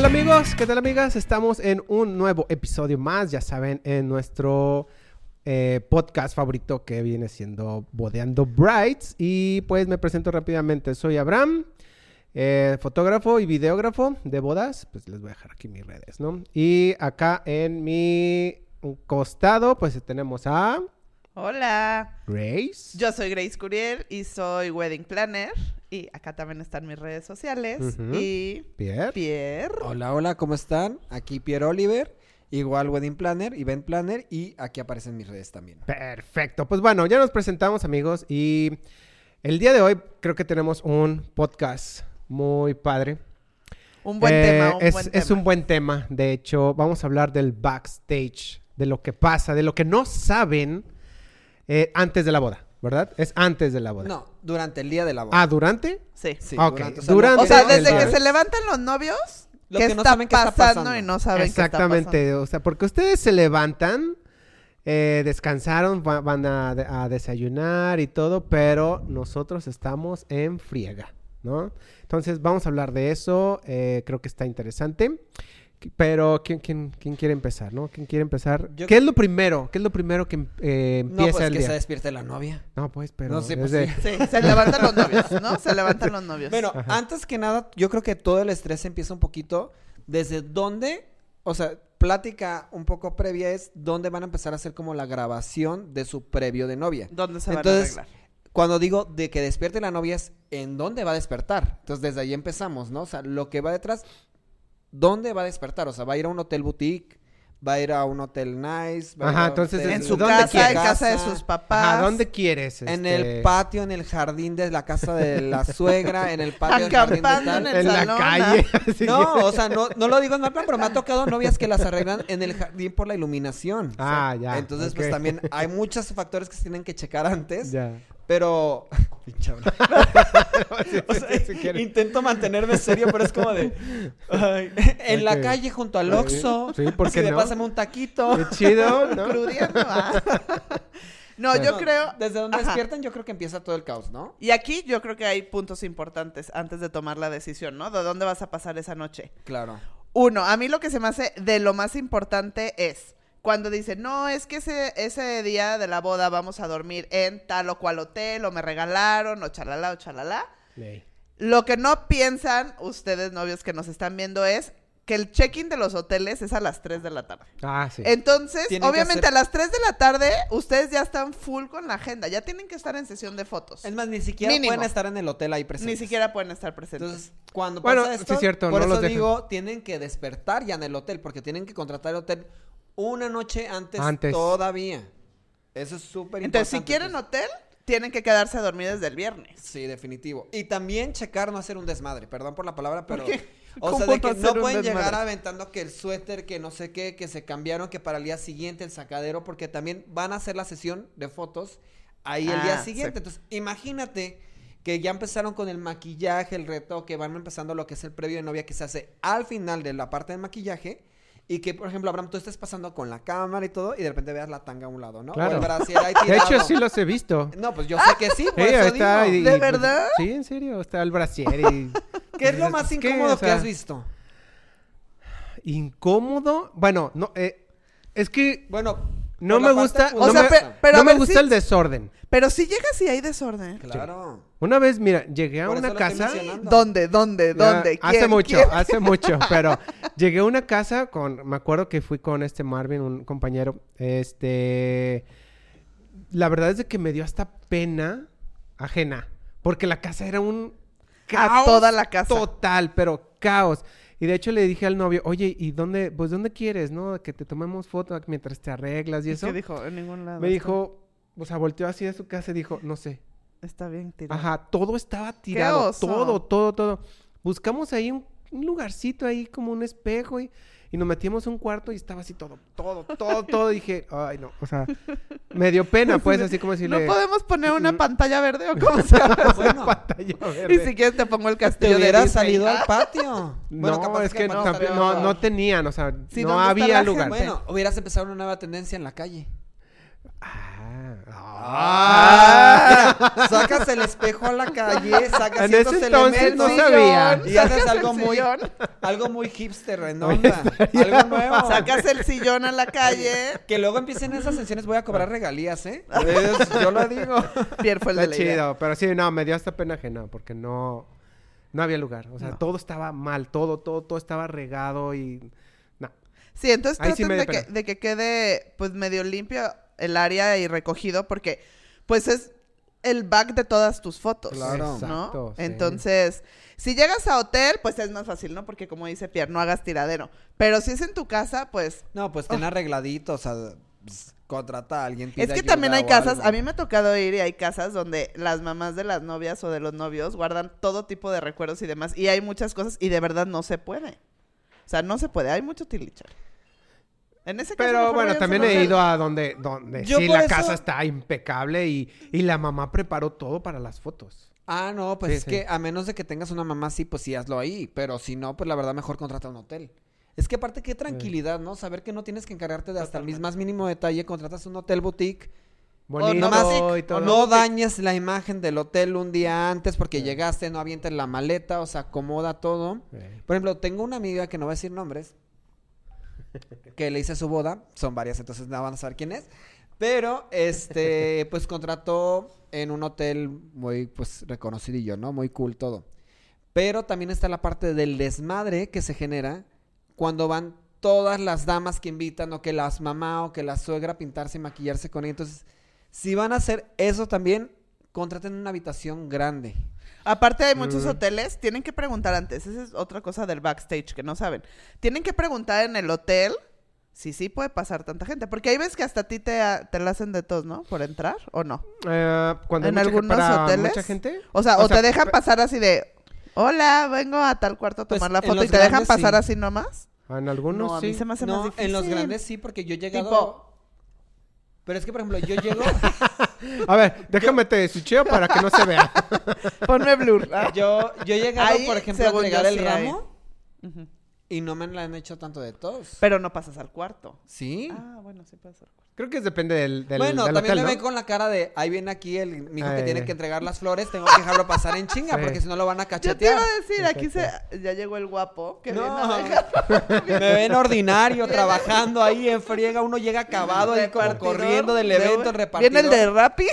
amigos? ¿Qué tal amigas? Estamos en un nuevo episodio más, ya saben, en nuestro podcast favorito que viene siendo Bodeando Brides. Y pues me presento rápidamente, soy Abraham, fotógrafo y videógrafo de bodas. Pues les voy a dejar aquí mis redes, ¿no? Y acá en mi costado pues tenemos a... Hola. Grace. Yo soy Grace Curiel y soy wedding planner. Y acá también están mis redes sociales. Y Pierre. Hola, ¿cómo están? Aquí Pierre Oliver, igual wedding planner, event planner, y aquí aparecen mis redes también. Perfecto. Pues bueno, ya nos presentamos, amigos, y el día de hoy creo que tenemos un podcast muy padre. Un buen tema, Es un buen tema. De hecho, vamos a hablar del backstage, de lo que pasa, de lo que no saben antes de la boda, ¿verdad? Es antes de la boda. No, durante el día de la boda. Ah, ¿durante? Sí. Sí, Ok. durante. O sea, desde el- que se levantan los novios, Lo ¿qué que no está saben qué está pasando pasando. y no saben qué está Exactamente. pasando? O sea, porque ustedes se levantan, descansaron, van a desayunar y todo, pero nosotros estamos en friega, ¿no? Entonces vamos a hablar de eso. Creo que está interesante. Pero ¿quién quiere empezar, no? ¿Quién quiere empezar? Yo- ¿Qué es lo primero? ¿Qué es lo primero que No, empieza pues el que día? se despierte la novia. No, pues, pero No sé, es pues de- sí. Sí, se levantan los novios, ¿no? Se levantan los novios. Bueno, Ajá. antes que nada, yo creo que todo el estrés empieza un poquito desde dónde, o sea, plática un poco previa es dónde van a empezar a hacer como la grabación de su previo de novia. ¿Dónde se van a Entonces, arreglar? cuando digo de que despierte la novia es en dónde va a despertar. Entonces, desde ahí empezamos, ¿no? O sea, lo que va detrás, ¿dónde va a despertar? O sea, va a ir a un hotel boutique, va a ir a un hotel nice. Va a ir Ajá, a entonces, hotel- En su ¿dónde casa, quieres? en casa de sus papás. Ajá, ¿dónde quieres? En el patio, en el jardín de la casa de la suegra, en el patio del jardín de Acampando tal. en el En la salón, calle. así. No, o sea, no lo digo en mal plan, pero me ha tocado novias que las arreglan en el jardín por la iluminación. Ah, ya. Entonces, pues ok. también hay muchos factores que se tienen que checar antes, Ya. pero... Pinche Abraham. O sea, Si quieres. intento mantenerme serio, pero es como de... ay, en la Ok. calle junto al Oxxo. Sí, ¿por así qué de no? pásame un taquito. Qué chido, ¿no? Crudiendo, ¿ah? No, yo No, creo... Desde donde Ajá. despiertan, yo creo que empieza todo el caos, ¿no? Y aquí yo creo que hay puntos importantes antes de tomar la decisión, ¿no? ¿De dónde vas a pasar esa noche? Claro. Uno, a mí lo que se me hace de lo más importante es cuando dicen, no, es que ese día de la boda vamos a dormir en tal o cual hotel, o me regalaron, o chalala, o chalala. Ley. Lo que no piensan ustedes, novios que nos están viendo, es que el check-in de los hoteles es a las 3 de la tarde. Ah, sí. Entonces, Tienen que obviamente hacer- a las 3 de la tarde, ustedes ya están full con la agenda, ya tienen que estar en sesión de fotos. Es más, ni siquiera Mínimo. pueden estar en el hotel ahí presentes. Ni siquiera pueden estar presentes. Entonces, cuando Bueno, pasa esto, sí es cierto, por no eso los dejan. digo, tienen que despertar ya en el hotel, porque tienen que contratar el hotel una noche antes. Todavía. Eso es súper importante. Entonces, si quieren hotel, tienen que quedarse a dormir desde el viernes. Sí, definitivo. Y también checar no hacer un desmadre, perdón por la palabra, pero... qué? O ¿Cómo sea, de no que hacer no un pueden desmadre? llegar aventando que el suéter, que no sé qué, que se cambiaron, que para el día siguiente el sacadero, porque también van a hacer la sesión de fotos ahí el día Ah, siguiente. sí. Entonces, imagínate que ya empezaron con el maquillaje, el retoque, van empezando lo que es el previo de novia que se hace al final de la parte del maquillaje. Y que, por ejemplo, Abraham, tú estés pasando con la cámara y todo, y de repente veas la tanga a un lado, ¿no? Claro. O el brasier ahí De tirado. hecho, sí los he visto. No, pues yo sé que sí, por Sí, eso está, digo. ¿De verdad? Sí, en serio, está el brasier y... ¿Qué es lo más ¿Qué? incómodo O sea, que has visto? ¿Incómodo? Bueno, no, es que Bueno, no por me la parte gusta, pudorosa. O sea, pero no a me ver, gusta sí. el desorden. Pero si llegas y hay desorden. Claro. Una vez, mira, llegué a Por eso una lo estoy casa... mencionando. ¿Dónde? Ya, hace ¿Quién? mucho, ¿Quién? hace mucho, pero llegué a una casa me acuerdo que fui con Marvin, un compañero, la verdad es de que me dio hasta pena ajena, porque la casa era un caos toda la casa. total, pero caos. Y de hecho le dije al novio, oye, ¿y dónde quieres, no? Que te tomemos foto mientras te arreglas y ¿Y eso. qué dijo? En ningún lado. Me dijo, o sea, volteó así de su casa y dijo, no sé. Está bien tirado. Ajá, todo estaba tirado, oso! todo. Buscamos ahí un lugarcito ahí como un espejo y nos metimos a un cuarto y estaba así todo. Dije, ay no, o sea, me dio pena pues, así como decirle... ¿No podemos poner una pantalla verde o cómo se llama? Bueno, pantalla Y verde. si quieres te pongo el te castillo de hubieras Disney. salido Ah, al patio. No, capaz es que no, no tenían, o sea, Sí, no ¿dónde está había la lugar. gente? Bueno, hubieras empezado una nueva tendencia en la calle. Ah, Mira. Mira, sacas el espejo a la calle, sacas En ciertos ese entonces no elementos sabía. y haces Sacas algo el muy, sillón. algo muy hipster, en onda, algo nuevo. Sacas el sillón a la calle. Que luego empiecen esas sesiones, voy a cobrar regalías, ¿eh? Yo lo digo. Pierre fue el de Está la idea. chido, pero sí, no, me dio hasta pena ajena porque no había lugar. O sea, No. todo estaba mal, todo estaba regado y... No. Sí, entonces Ahí sí traten me de dio que, pena. de que quede pues medio limpio el área y recogido porque pues es el back de todas tus fotos, Claro. ¿no? Exacto, sí. Entonces, si llegas a hotel, pues es más fácil, ¿no? Porque como dice Pierre, no hagas tiradero. Pero si es en tu casa, pues... No, pues ten arregladito, o sea, pues, contrata a alguien. Pide Es que ayuda también hay o casas, algo. a mí me ha tocado ir y hay casas donde las mamás de las novias o de los novios guardan todo tipo de recuerdos y demás. Y hay muchas cosas y de verdad no se puede. O sea, no se puede, hay mucho tilichar. En ese caso, Pero mejor bueno, váyanse también al he hotel. ido a donde Yo sí por la eso- casa está impecable y la mamá preparó todo para las fotos. Ah, no, pues Sí, es sí. que a menos de que tengas una mamá así, pues sí, hazlo ahí. Pero si no, pues la verdad mejor contrata un hotel. Es que aparte qué tranquilidad, ¿no? Saber que no tienes que encargarte de hasta el más mínimo detalle. Contratas un hotel boutique. Bonito nomás- y todo. No dañes la imagen del hotel un día antes porque llegaste, no avientes la maleta, o sea, acomoda todo. Por ejemplo, tengo una amiga que no voy a decir nombres, que le hice su boda, son varias, entonces no van a saber quién es, pero pues contrató en un hotel muy pues reconocidillo, ¿no? Muy cool todo. Pero también está la parte del desmadre que se genera cuando van todas las damas que invitan o que las mamá o que la suegra a pintarse y maquillarse con ella. Entonces, si van a hacer eso también, contraten una habitación grande. Aparte hay muchos hoteles, tienen que preguntar antes, esa es otra cosa del backstage que no saben. Tienen que preguntar en el hotel si sí puede pasar tanta gente, porque hay veces que hasta a ti te la hacen de todos, ¿no? Por entrar o no. Cuando hay En algunos hoteles. mucha gente. O sea, te dejan pe- pasar así de, hola, vengo a tal cuarto a Pues, tomar la en foto los y te dejan grandes, pasar sí. así nomás. En algunos No, a mí sí. se me hace más No, difícil. en los grandes sí, porque yo he llegado... Tipo- Pero es que, por ejemplo, yo llego... A ver, déjame te switcheo para que no se vea. Ponme blur. Ah. yo he llegado, Ahí, por ejemplo, a según entregar yo, el sí hay. ramo Ujú. y no me la han hecho tanto de todos. Pero no pasas al cuarto. ¿Sí? Ah, bueno, sí puede ser. Creo que depende del Bueno, del también hotel, me ¿no? ven con la cara de, ahí viene aquí mi hijo que Ay. tiene que entregar las flores, tengo que dejarlo pasar en chinga, porque si no lo van a Yo te iba cachetear. a decir, aquí ya llegó el guapo que viene a No, dejar. me ven ordinario, trabajando ahí en friega, uno llega acabado ahí como Repartidor corriendo del evento, el repartidor. Viene el de Rappi.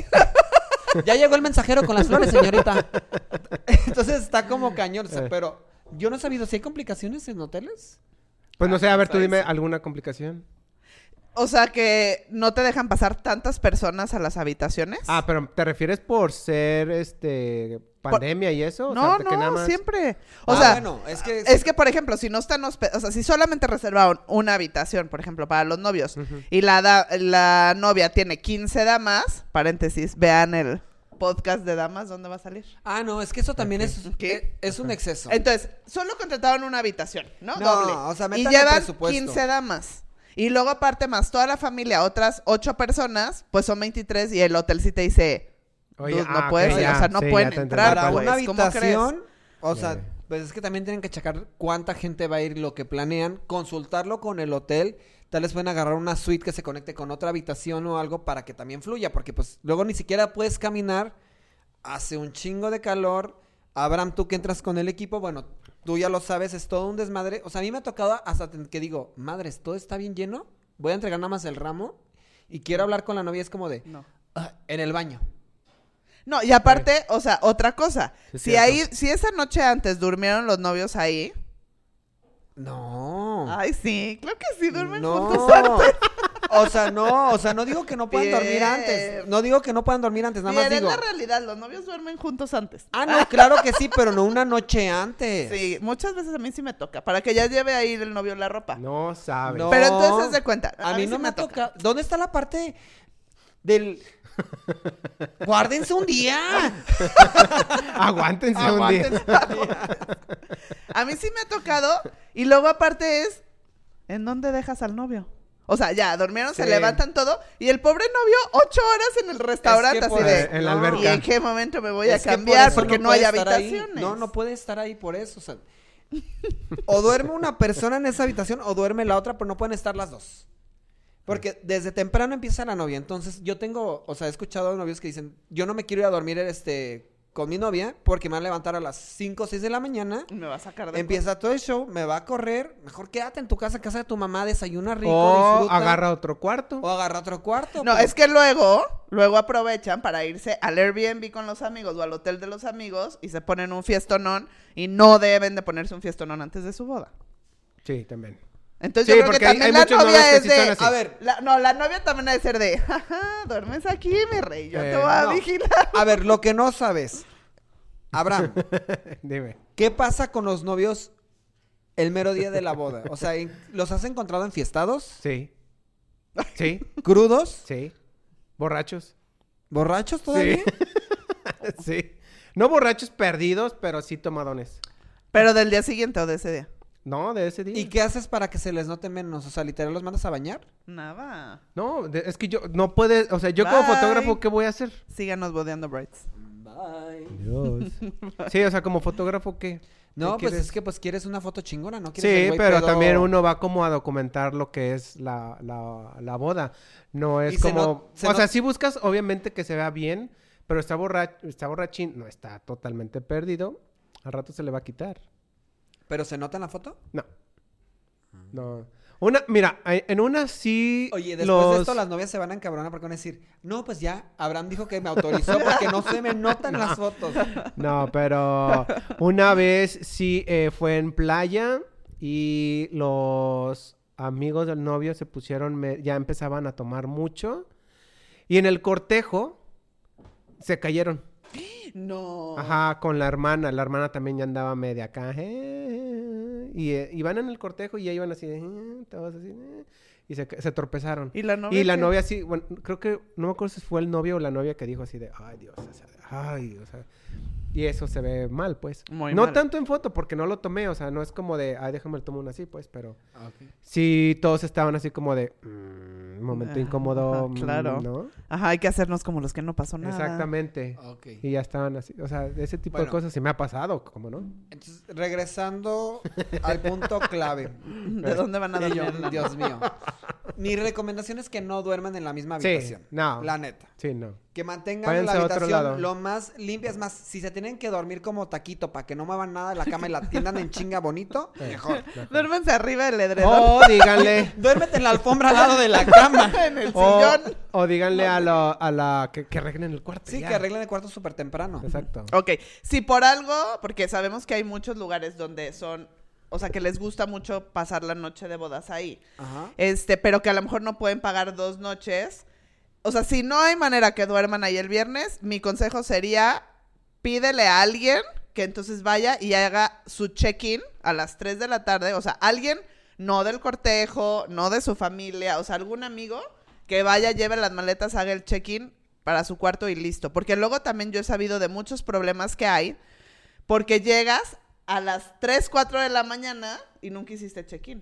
Ya llegó el mensajero con las flores, señorita. Entonces está como cañón, o sea, pero yo no he sabido si hay complicaciones en hoteles. Pues no sé, a ver, tú pues, dime alguna complicación. O sea, que no te dejan pasar tantas personas a las habitaciones. Ah, pero ¿te refieres por ser pandemia y eso? O no, sea, que nada más... siempre. O sea, bueno, es que, por ejemplo, si no están o sea, si solamente reservaron una habitación, por ejemplo, para los novios, y la novia tiene 15 damas, paréntesis, vean el podcast de damas, ¿dónde va a salir? Ah, no, es que eso también ¿Qué? es un exceso. Entonces, solo contrataron una habitación, ¿no? No, Doble. o sea, y métanle llevan presupuesto. 15 damas. Y luego, aparte, más toda la familia, otras 8 personas, pues son 23 y el hotel sí te dice, Oye, "Dude, no ok, puedes, ya, o sea, no sí, pueden ya te entendí. entrar, Para pues, una ¿cómo habitación, o sea, Ya. pues es que también tienen que checar cuánta gente va a ir, lo que planean, consultarlo con el hotel. Tal vez pueden agarrar una suite que se conecte con otra habitación o algo para que también fluya, porque pues luego ni siquiera puedes caminar, hace un chingo de calor. Abraham, tú que entras con el equipo, bueno, tú ya lo sabes, es todo un desmadre. O sea, a mí me ha tocado hasta que digo, madres, todo está bien lleno, voy a entregar nada más el ramo y quiero hablar con la novia, es como de, No. en el baño. No, y aparte, o sea, otra cosa. Sí, Si cierto. si esa noche antes durmieron los novios ahí. No. Ay, sí, creo que sí, duermen No. juntos antes. O sea, no digo que no puedan dormir Bien. antes. No digo que no puedan dormir antes, nada Bien, más es digo. la realidad, los novios duermen juntos antes. Ah, no, claro que sí, pero no una noche antes. Sí, muchas veces a mí sí me toca, para que ya lleve ahí el novio la ropa. No sabes. No. Pero entonces haz de cuenta. A mí no sí me toca. ¿Dónde está la parte del guárdense un día? Aguántense un Aguántense día. un día. A mí sí me ha tocado. Y luego aparte es, ¿en dónde dejas al novio? O sea, ya, durmieron, se Sí. levantan todo. Y el pobre novio, 8 horas en el restaurante, Es que así por- de... en la no. alberca. ¿Y en qué momento me voy a Es que por cambiar? eso Porque no hay puede estar ahí. habitaciones. No, no puede estar ahí por eso. O sea, o duerme una persona en esa habitación o duerme la otra, pero no pueden estar las dos. Porque desde temprano empieza la novia. Entonces, yo tengo, o sea, he escuchado novios que dicen, yo no me quiero ir a dormir con mi novia porque me van a levantar a las 5 o 6 de la mañana. Me va a sacar de Empieza todo el show, me va a correr. Mejor quédate en tu casa de tu mamá, desayuna rico, O disfruta. agarra otro cuarto. O agarra otro cuarto. No, pues. es que luego aprovechan para irse al Airbnb con los amigos o al hotel de los amigos y se ponen un fiestonón y no deben de ponerse un fiestonón antes de su boda. Sí, también. Entonces Sí, yo creo que porque hay también la muchos novios novia que es sí son de... así. A ver, la novia también ha de ser de... Jaja, duermes aquí, mi rey, yo te voy a no. vigilar. a ver, lo que no sabes. Abraham, Dime. ¿qué pasa con los novios el mero día de la boda? O sea, ¿los has encontrado enfiestados? Sí. Sí, ¿Crudos? sí. Borrachos. ¿Borrachos todavía? Sí. Sí. No borrachos perdidos, pero sí tomadones. Pero del día siguiente o de ese día. No, de ese día. ¿Y qué haces para que se les note menos? O sea, literal, ¿los mandas a bañar? Nada. No, es que yo no puede, o sea, yo como Bye. fotógrafo, ¿qué voy a hacer? Síganos bodeando brights. Bye. Dios. Sí, o sea, como fotógrafo, ¿qué? No, ¿Qué pues quieres? es que pues quieres una foto chingona, ¿no? ¿Quieres el Sí, güey pero pedo? también uno va como a documentar lo que es la boda. No Y es como... se o sea, not- sí buscas, obviamente, que se vea bien, pero está borrachín, no está totalmente perdido. Al rato se le va a quitar. ¿Pero se nota en la foto? No. No. Mira, en una sí... Oye, después de esto las novias se van a encabronar porque van a decir, no, pues ya, Abraham dijo que me autorizó porque no se me notan las fotos. No, pero una vez sí fue en playa y los amigos del novio se pusieron, ya empezaban a tomar mucho y en el cortejo se cayeron. No. Ajá, con la hermana también ya andaba media acá. Y van en el cortejo y ya iban así, todos así, y se tropezaron. ¿Y la novia? Y la qué? novia sí, bueno, creo que, no me acuerdo si fue el novio o la novia que dijo así de, ay Dios, o sea, y eso se ve mal, pues. Muy No mal. tanto en foto, porque no lo tomé, o sea, no es como de, ay, déjame el tomo una así, pues, pero Okay. sí, todos estaban así como de, un momento incómodo, Ajá, claro. ¿no? Ajá, hay que hacernos como los que no pasó nada. Exactamente. Ok. Y ya estaban así, o sea, ese tipo de Bueno. cosas sí me ha pasado, ¿cómo no? Entonces, regresando al punto clave. ¿De dónde van a Y yo, dormir? Dios mío. Mi recomendación es que no duerman en la misma Sí, habitación. no. La neta. Sí, no. Que mantengan Váyanse la a otro lado. habitación lo más limpia. Es más, si se tienen que dormir como taquito para que no muevan nada de la cama y la tiendan en chinga bonito, mejor. Duérmense arriba del edredón. O díganle, Duérmete en la alfombra al lado de la cama. En el o, sillón. o díganle a la que arreglen el cuarto. Sí, ya. que arreglen el cuarto súper temprano. Exacto. Ok, si por algo, porque sabemos que hay muchos lugares donde son, o sea, que les gusta mucho pasar la noche de bodas ahí. Ajá. Pero que a lo mejor no pueden pagar 2 noches. O sea, si no hay manera que duerman ahí el viernes, mi consejo sería, pídele a alguien que entonces vaya y haga su check-in a las 3 de la tarde. O sea, alguien, no del cortejo, no de su familia, o sea, algún amigo que vaya, lleve las maletas, haga el check-in para su cuarto y listo. Porque luego también yo he sabido de muchos problemas que hay, porque llegas a las 3, 4 de la mañana y nunca hiciste check-in.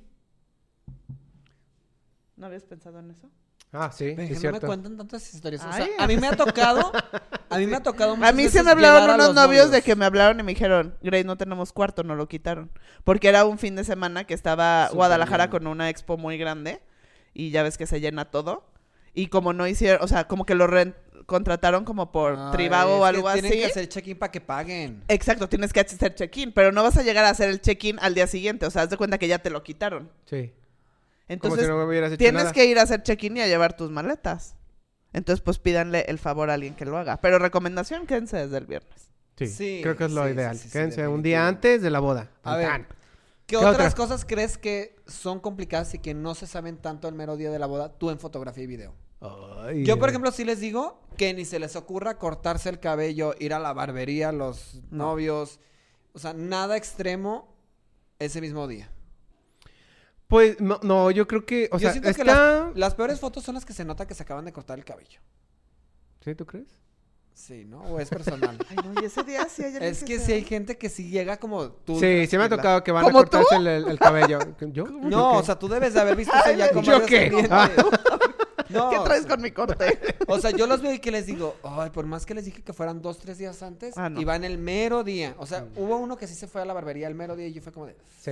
¿No habías pensado en eso? Ah, sí, Ve, sí, que es no me cierto. cuentan tantas historias. O Ay. sea, a mí me ha tocado A muchas mí se veces me hablaron llevar a unos los novios de que me hablaron y me dijeron, Grace, no tenemos cuarto, no lo quitaron. Porque era un fin de semana que estaba Súper Guadalajara bien. con una expo muy grande y ya ves que se llena todo. Y como no hicieron, o sea, como que lo contrataron como por Ay, Trivago o es que algo tienen así. que hacer check-in para que paguen. Exacto, tienes que hacer check-in, pero no vas a llegar a hacer el check-in al día siguiente. O sea, haz de cuenta que ya te lo quitaron. Sí. Entonces, Como si no hubieras hecho tienes nada. que ir a hacer check-in y a llevar tus maletas. Entonces, pues pídanle el favor a alguien que lo haga. Pero recomendación, quédense desde el viernes. Sí, Sí, creo que es lo sí, ideal. sí, sí, Quédense un definitivo. día antes de la boda. A ver, Tan. ¿Qué ¿Qué otras otra? cosas crees que son complicadas y que no se saben tanto el mero día de la boda tú en fotografía y video? Ay, Yo, por ejemplo, sí les digo que ni se les ocurra cortarse el cabello, ir a la barbería, los novios. O sea, nada extremo ese mismo día. Pues, no, yo creo que, o Yo sea, siento que está... las peores fotos son las que se nota que se acaban de cortar el cabello. ¿Sí, tú crees? Sí, ¿no? O es personal. Ay, no, y ese día sí hay alguien Es que se sí hay va. gente que sí llega como tú. Sí, sí me ha Priscila. tocado que van a ¿Como tú? cortarse el cabello. ¿Yo? No, o sea, tú debes de haber visto eso ya con ¿yo varios qué? clientes. Ah. No, ¿Qué traes o sea, con mi corte? O sea, yo los veo y que les digo, ay, por más que les dije que fueran 2, 3 días antes, Ah, no. y van el mero día. O sea, hubo uno que sí se fue a la barbería el mero día y yo fue como de, Sí.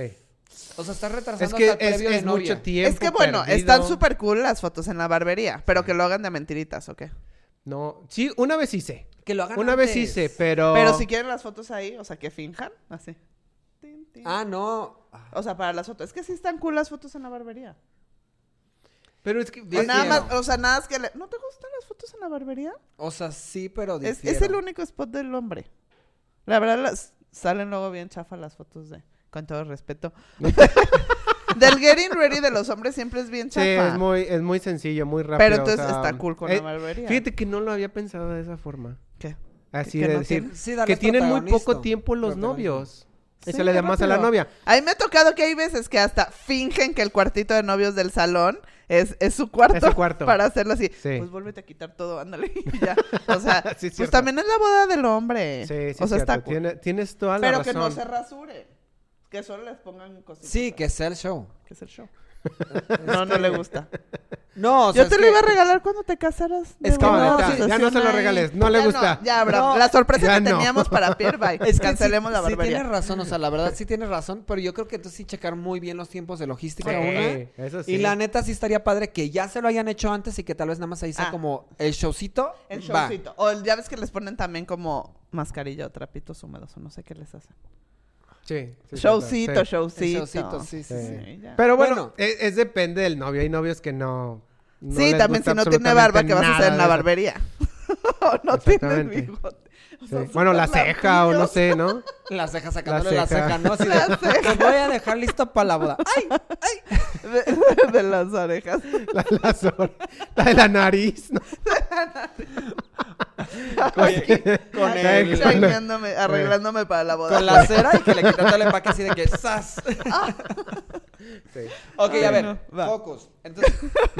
O sea, estás retrasando Es que hasta el previo de es novia. mucho tiempo Es que bueno, perdido. están súper cool las fotos en la barbería, pero que lo hagan de mentiritas, ¿o qué? No, sí, una vez hice. Que lo hagan Una vez antes. hice, pero... Pero si quieren las fotos ahí, o sea, que finjan, así. Tin, tin. Ah, no. O sea, para las fotos. Es que sí están cool las fotos en la barbería. Pero es que... O Difiero. nada más, o sea, nada más que... ¿No te gustan las fotos en la barbería? O sea, sí, pero Es difiero. el único spot del hombre. La verdad, salen luego bien chafa las fotos de... Con todo respeto. Del getting ready de los hombres siempre es bien Sí, chafa. es muy sencillo, muy rápido. Pero entonces o sea, está cool con la barbería. Fíjate que no lo había pensado de esa forma. ¿Qué? Así ¿Que de no decir tiene? Sí, darles que tienen muy protagonismo. poco tiempo los Protagonismo. novios. Sí, Eso le da más a la rápido. novia. A mí me ha tocado que hay veces que hasta fingen que el cuartito de novios del salón es su cuarto. Es su cuarto. Para hacerlo así. Sí. Pues vuélvete a quitar todo, ándale. Y ya. O sea, Sí, es pues cierto. también es la boda del hombre. Sí, sí, o sea, es cierto. está cool. Tienes toda la Pero razón. que no se rasure. Que solo les pongan cositas. Sí, que sea el show. Que es el show. No, no le gusta. No, o sea, Yo te es lo que- iba a regalar cuando te casaras. Es que No, no, neta, sí, ya no se lo regales. No le Ya gusta. ya, bro. No, La sorpresa ya que no. teníamos para Pierre, bye. Es que Cancelemos la sí barbería. tienes razón, o sea, la verdad sí tienes razón, pero yo creo que entonces sí checar muy bien los tiempos de logística Sí, una. eso sí. Y la neta sí estaría padre que ya se lo hayan hecho antes y que tal vez nada más ahí sea Ah. como el showcito. El va. showcito. O ya ves que les ponen también como mascarilla o trapitos húmedos o no sé qué les hacen. Sí, sí, Showcito, sí. showcito. El showcito, sí, sí, sí. Sí, ya. Pero bueno, Bueno. es depende del novio. Hay novios que no Sí, les también gusta si no tiene barba, absolutamente ¿qué vas a hacer en la nada de eso. barbería? O no tiene Exactamente. bigote. O Sí. sea, Bueno, la súper ceja o no lampiños. sé, ¿no? La ceja sacándole La la ceja. ceja, ¿no? Así de, La ceja. "Te voy a dejar listo para la boda. ¡Ay! De las orejas. La de la nariz, ¿no? Oye, con el... Shineándome, arreglándome para la boda. Con la cera y que le quitas todo el empaque así de que ¡zas! Sí. Ok, Ay, a ver, no, va. focus. Entonces,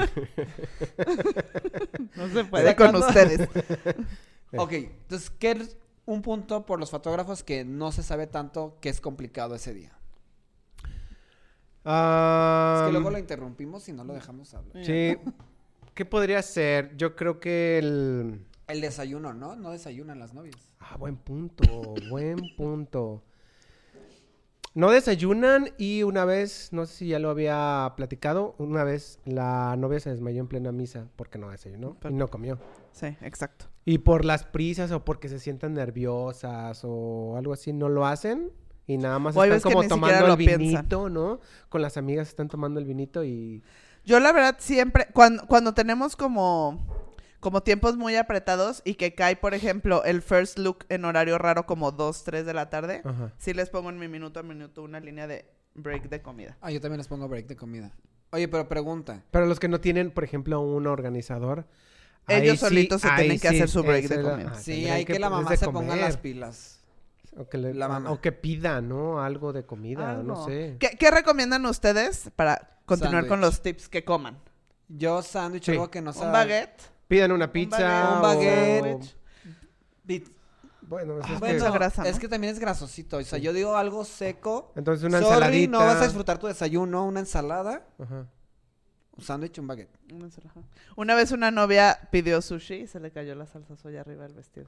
No se puede con Sacando- ustedes. ok, entonces, ¿qué es un punto por los fotógrafos que no se sabe tanto que es complicado ese día? Es que luego lo interrumpimos y no lo dejamos hablar. Sí. ¿Qué podría ser? Yo creo que El desayuno, ¿no? No desayunan las novias. buen punto, buen punto. No desayunan y una vez, no sé si ya lo había platicado, una vez la novia se desmayó en plena misa porque no desayunó y no comió. Sí, exacto. Y por las prisas o porque se sientan nerviosas o algo así, no lo hacen. Y nada más O hay están veces que como ni tomando siquiera el lo piensan. vinito, ¿no? Con las amigas están tomando el vinito y... Yo la verdad siempre, cuando tenemos como tiempos muy apretados y que cae, por ejemplo, el first look en horario raro como 2, 3 de la tarde, Ajá. sí les pongo en mi minuto a minuto una línea de break de comida. Ah, yo también les pongo break de comida. Oye, pero pregunta. Pero los que no tienen, por ejemplo, un organizador... Ellos ahí solitos se ahí tienen que hacer su break esa de es la- comida. Sí, tendrían hay que la ponerse mamá a se ponga comer. las pilas. O que, la mamá. o que pida, ¿no? Algo de comida, Algo. no sé. ¿Qué recomiendan ustedes para continuar con Sándwich. los tips que coman? Yo sándwich, Sí. algo que no sea... ¿Un baguette? Pidan una pizza. Un baguette. o- Bit- Bueno, pues es bueno, que... mucha grasa, ¿no? es que también es grasosito. O sea, yo digo algo seco. Entonces una Sorry, ensaladita. no vas a disfrutar tu desayuno, una ensalada, Ajá. un sándwich, un baguette. Una vez una novia pidió sushi y se le cayó la salsa soya arriba del vestido.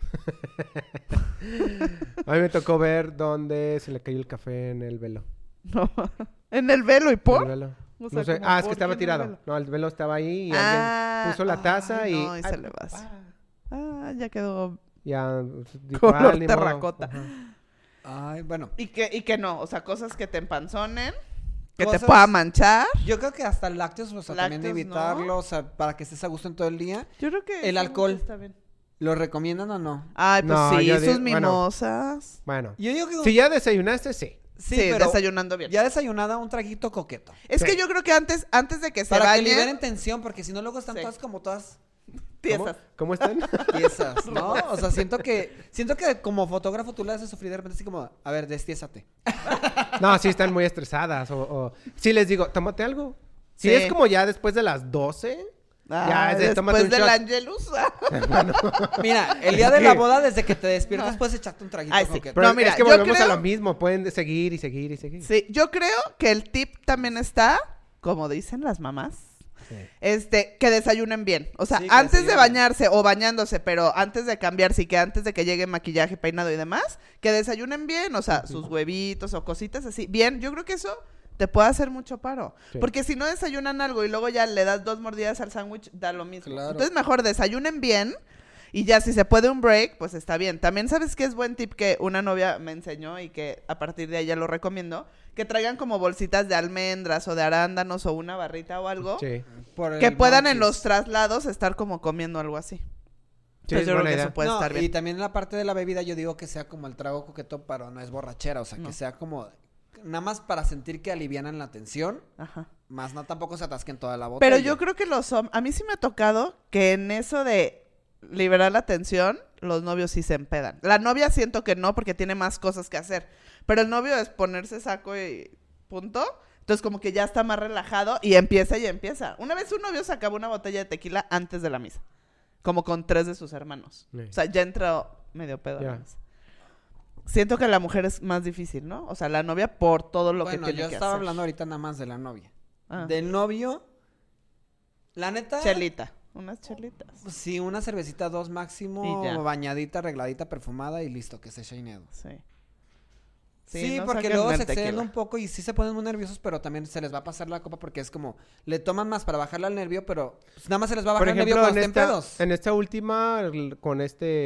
A mí me tocó ver dónde se le cayó el café en el velo. No. ¿En el velo y En por? el velo. O sea, No sé. como, Ah, es que ¿por estaba qué en el tirado. velo? No, el velo estaba ahí y Ah, alguien puso la taza ay, y... no, y se le va así. Ya quedó. Ya dijo, Color ni modo". terracota. Ajá. Ay, bueno. Y que no, o sea, cosas que te empanzonen, que te Cosas- pueda manchar. Yo creo que hasta lácteos, o sea, también Lácteos, evitarlo, ¿no? o sea, para que estés a gusto en todo el día. Yo creo que El eso alcohol. está bien. ¿Lo recomiendan o no? Ay, pues No, sí, yo sus bueno. mimosas. Bueno. Yo digo que... Si ya desayunaste, sí. Sí, pero desayunando bien. ya desayunada, un traguito coqueto. Es Sí. que yo creo que antes de que se Para que bañen, liberen tensión, porque si no luego están Sí. todas como todas tiesas. ¿Cómo están? tiesas, ¿no? O sea, siento que como fotógrafo tú le haces sufrir de repente así como, a ver, destiésate. No, sí están muy estresadas. O... Sí les digo, tómate algo. Si Sí. es como ya después de las 12... Ya, es de, tómate después un del shot. Angelus. Mira, el día de la boda, desde que te despiertas, puedes echarte un traguito Ay, sí. coqueto. Pero No, mira, es que yo volvemos a creo- lo mismo. Pueden seguir y seguir y seguir. Sí, yo creo que el tip también está, como dicen las mamás, que desayunen bien. O sea, Sí, que antes de desayunen. bañarse o bañándose, pero antes de cambiarse y que antes de que llegue maquillaje, peinado y demás, que desayunen bien. O sea, sus huevitos o cositas así. Bien, yo creo que eso te puede hacer mucho paro. Sí. Porque si no desayunan algo y luego ya le das 2 mordidas al sándwich, da lo mismo. Claro. Entonces mejor desayunen bien y ya si se puede un break, pues está bien. También sabes que es buen tip que una novia me enseñó y que a partir de ahí ya lo recomiendo, que traigan como bolsitas de almendras o de arándanos o una barrita o algo, Sí. Por que el puedan en monchis. los traslados estar como comiendo algo así. Sí, Entonces es yo creo buena que idea. eso puede No, estar bien. y también en la parte de la bebida yo digo que sea como el trago coqueto, pero no es borrachera, o sea, No. que sea como nada más para sentir que alivianan la tensión, Ajá. más no tampoco se atasquen toda la botella. Pero yo creo que a mí sí me ha tocado que en eso de liberar la tensión, los novios sí se empedan. La novia siento que no, porque tiene más cosas que hacer. Pero el novio es ponerse saco y punto. Entonces como que ya está más relajado y empieza y empieza. Una vez un novio se acabó una botella de tequila antes de la misa. Como con 3 de sus hermanos. Sí. O sea, ya entró medio pedo a la Ya. misa. Siento que la mujer es más difícil, ¿no? O sea, la novia por todo lo que Bueno, tiene yo que estaba hacer. hablando ahorita nada más de la novia. Ah. Del novio, la neta, Chelita. Unas chelitas. sí, una cervecita, 2 máximo, Y ya. bañadita, arregladita, perfumada y listo, que se shineado. Sí. Sí, no porque saquen luego el se exceden tequila. un poco y sí se ponen muy nerviosos, pero también se les va a pasar la copa porque es como, le toman más para bajarle al nervio, pero pues, nada más se les va a Por bajar el nervio ejemplo, cuando estén pedos. en esta última, con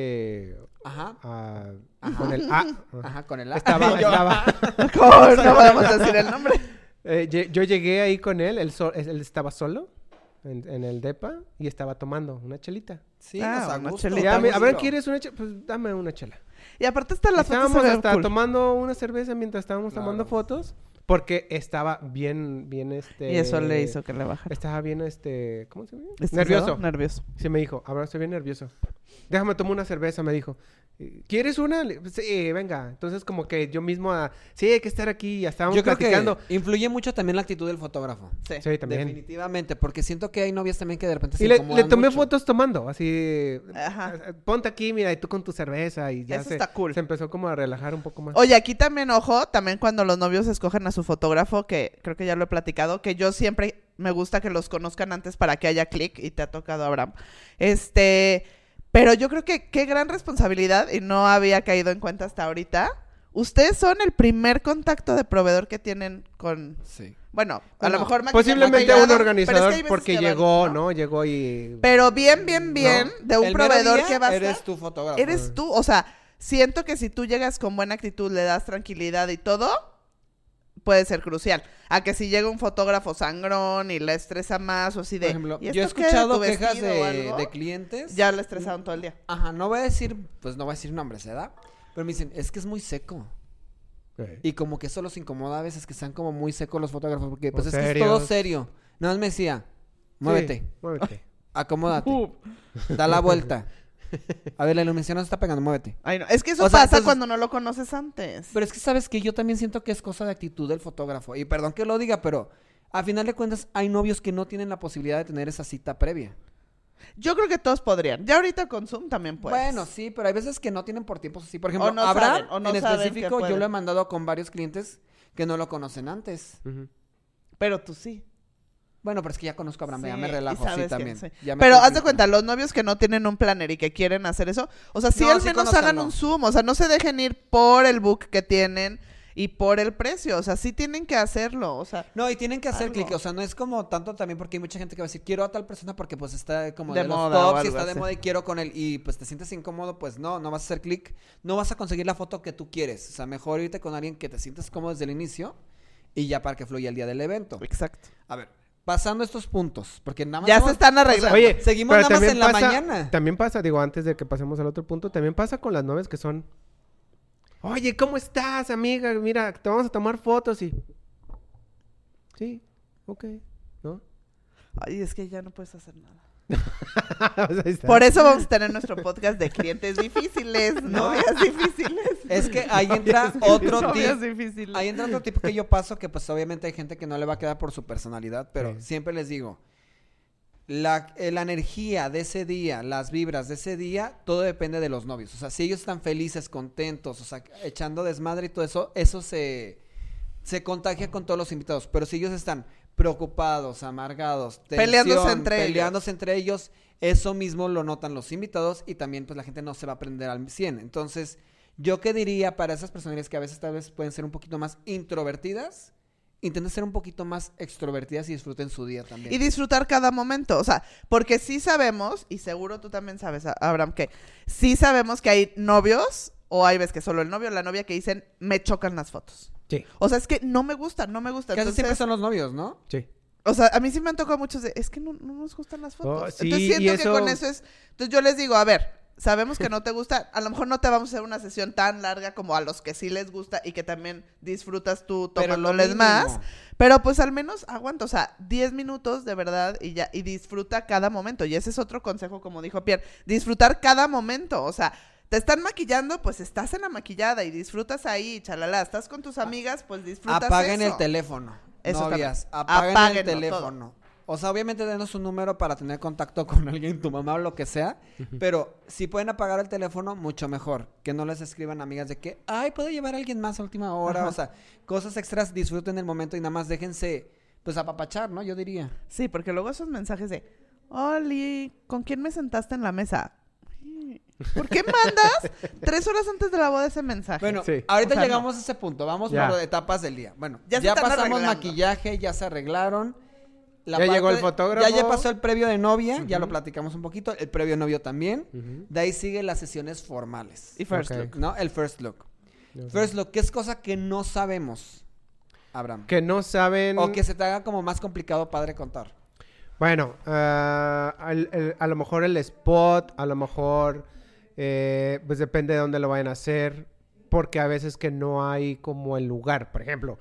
Ajá, con el A. ajá, con el A. Estaba, Yo- estaba, ¿Cómo? No podemos decir el nombre. yo llegué ahí con él, él estaba solo en el depa y estaba tomando una chelita. Sí, Ah, o sea, una gusto. chelita. Ya, a ver, tranquilo. ¿quieres una chela? Pues dame una chela. Y aparte está la foto Estábamos se ve hasta cool. tomando una cerveza mientras estábamos Claro. tomando fotos porque estaba bien, Y eso le hizo que le bajara. Estaba bien, ¿cómo se llama? ¿Estresado? Nervioso. Nervioso. Sí, me dijo, ahora estoy bien nervioso. Déjame tomar una cerveza, me dijo. ¿Quieres una? Sí, venga. Entonces, como que yo mismo, sí, hay que estar aquí. Ya estábamos Yo creo platicando. que influye mucho también la actitud del fotógrafo. Sí. Sí, también. Definitivamente, porque siento que hay novias también que de repente Y se le incomodan tomé mucho. fotos tomando, así. Ajá. Ponte aquí, mira, y tú con tu cerveza. Y ya Eso está cool. se empezó como a relajar un poco más. Oye, aquí también, ojo, también cuando los novios escogen a su fotógrafo, que creo que ya lo he platicado, que yo siempre me gusta que los conozcan antes para que haya clic, y te ha tocado, Abraham. Pero yo creo que qué gran responsabilidad, y no había caído en cuenta hasta ahorita. Ustedes son el primer contacto de proveedor que tienen con... Sí. Bueno, a Bueno, lo mejor Posiblemente maquillado, un pero organizador es que hay veces porque que van, llegó, ¿no? ¿no? Llegó y... Pero bien, de un El mero proveedor día que va a eres estar... tu fotógrafo. Eres tú, o sea, siento que si tú llegas con buena actitud, le das tranquilidad y todo, puede ser crucial. A que si llega un fotógrafo sangrón y le estresa más o así de... Por ejemplo, "¿Y yo he esto qué? escuchado ¿Tu quejas vestido o algo?". de clientes. Ya le estresaron todo el día. Ajá, no voy a decir, pues no voy a decir nombres, ¿verdad? Pero me dicen, es que es muy seco. Y como que eso los incomoda a veces que sean como muy secos los fotógrafos, porque pues O es que es todo serios. serio. Nada más me decía, muévete, Sí, muévete. acomódate, da la vuelta. A ver, la iluminación no se está pegando, muévete. Ay, no. Es que eso O sea, pasa entonces- cuando no lo conoces antes. Pero es que sabes que yo también siento que es cosa de actitud del fotógrafo. Y perdón que lo diga, pero a final de cuentas hay novios que no tienen la posibilidad de tener esa cita previa. Yo creo que todos podrían. Ya ahorita con Zoom también puedes. Bueno, sí, pero hay veces que no tienen por tiempos así. Por ejemplo, O no Abraham, saben, o no en saben que específico, yo pueden. lo he mandado con varios clientes que no lo conocen antes. Ujú. Pero tú sí. Bueno, pero es que ya conozco a Abraham, ya Sí, me y relajo, sabes sí, que también. sí. Ya me Pero haz de complico. cuenta, los novios que no tienen un planner y que quieren hacer eso, o sea, sí No, al sí menos hagan conózcanlo. un Zoom, o sea, no se dejen ir por el book que tienen y por el precio, o sea, sí tienen que hacerlo, o sea, No, y tienen que hacer Algo. clic, o sea, no es como tanto también porque hay mucha gente que va a decir, quiero a tal persona porque pues está como De de, los moda o tops y algo está de así. moda y quiero con él y pues te sientes incómodo, pues no vas a hacer clic, no vas a conseguir la foto que tú quieres, o sea, mejor irte con alguien que te sientes cómodo desde el inicio y ya para que fluya el día del evento. exacto. A ver, pasando estos puntos, porque nada más Ya somos- se están arreglando. Oye, seguimos pero nada más también en la pasa- mañana. También pasa, digo, antes de que pasemos al otro punto, también pasa con las novias que son... Oye, ¿cómo estás, amiga? Mira, te vamos a tomar fotos y... Sí, ok, ¿no? Ay, es que ya no puedes hacer nada. O sea, ahí está. Por eso vamos a tener nuestro podcast de clientes difíciles, novias difíciles. Es que ahí entra otro Novias tip. difíciles. Ahí entra otro tipo que yo paso, que pues obviamente hay gente que no le va a quedar por su personalidad, pero Sí. siempre les digo, la energía de ese día, las vibras de ese día, todo depende de los novios. O sea, si ellos están felices, contentos, o sea, echando desmadre y todo eso, eso se contagia con todos los invitados. Pero si ellos están preocupados, amargados, Peleándose entre peleándose entre ellos, eso mismo lo notan los invitados y también pues la gente no se va a prender al 100. Entonces, yo qué diría para esas personas que a veces tal vez pueden ser un poquito más introvertidas, intenten ser un poquito más extrovertidas y disfruten su día también. Y disfrutar cada momento, o sea, porque sí sabemos, y seguro tú también sabes, Abraham, que sí sabemos que hay novios, o hay veces que solo el novio o la novia que dicen, me chocan las fotos. Sí. O sea, es que no me gustan, no me gustan. Casi siempre Entonces, son los novios, ¿no? Sí. o sea, a mí sí me han tocado muchos de, es que no nos gustan las fotos. Oh, sí, Entonces siento y que eso- con eso es, entonces yo les digo, a ver, sabemos que no te gusta, a lo mejor no te vamos a hacer una sesión tan larga como a los que sí les gusta y que también disfrutas tú Pero lo tomándoles mínimo. más, pero pues al menos aguanta, o sea, 10 minutos de verdad y ya, y disfruta cada momento, y ese es otro consejo, como dijo Pierre, disfrutar cada momento, o sea, te están maquillando, pues estás en la maquillada y disfrutas ahí, chalala, estás con tus amigas, pues disfrutas Apaguen eso. el teléfono. Eso Novias, también. apaguen el Apáguenlo teléfono. O sea, obviamente denos un número para tener contacto con alguien, tu mamá o lo que sea. Pero si pueden apagar el teléfono, mucho mejor. Que no les escriban amigas de que, ay, puedo llevar a alguien más a última hora. Ajá. O sea, cosas extras, disfruten el momento y nada más déjense, pues, apapachar, ¿no? Yo diría. Sí, porque luego esos mensajes de, Oli, ¿con quién me sentaste en la mesa? ¿Por qué mandas 3 horas antes de la boda ese mensaje? Bueno, Sí. ahorita O sea, llegamos a ese punto. Vamos Ya. por etapas del día. Bueno, Ya se ya están pasamos arreglando. maquillaje, ya se arreglaron. Ya llegó el fotógrafo. Ya pasó el previo de novia, ya lo platicamos un poquito. El previo de novio también. Ujú. De ahí siguen las sesiones formales. Y first Ok. look. ¿No? El first look. First look, ¿qué es cosa que no sabemos, Abraham? Que no saben... O que se te haga como más complicado, padre, contar. Bueno, a lo mejor el spot, a lo mejor, pues depende de dónde lo vayan a hacer, porque a veces que no hay como el lugar. Por ejemplo,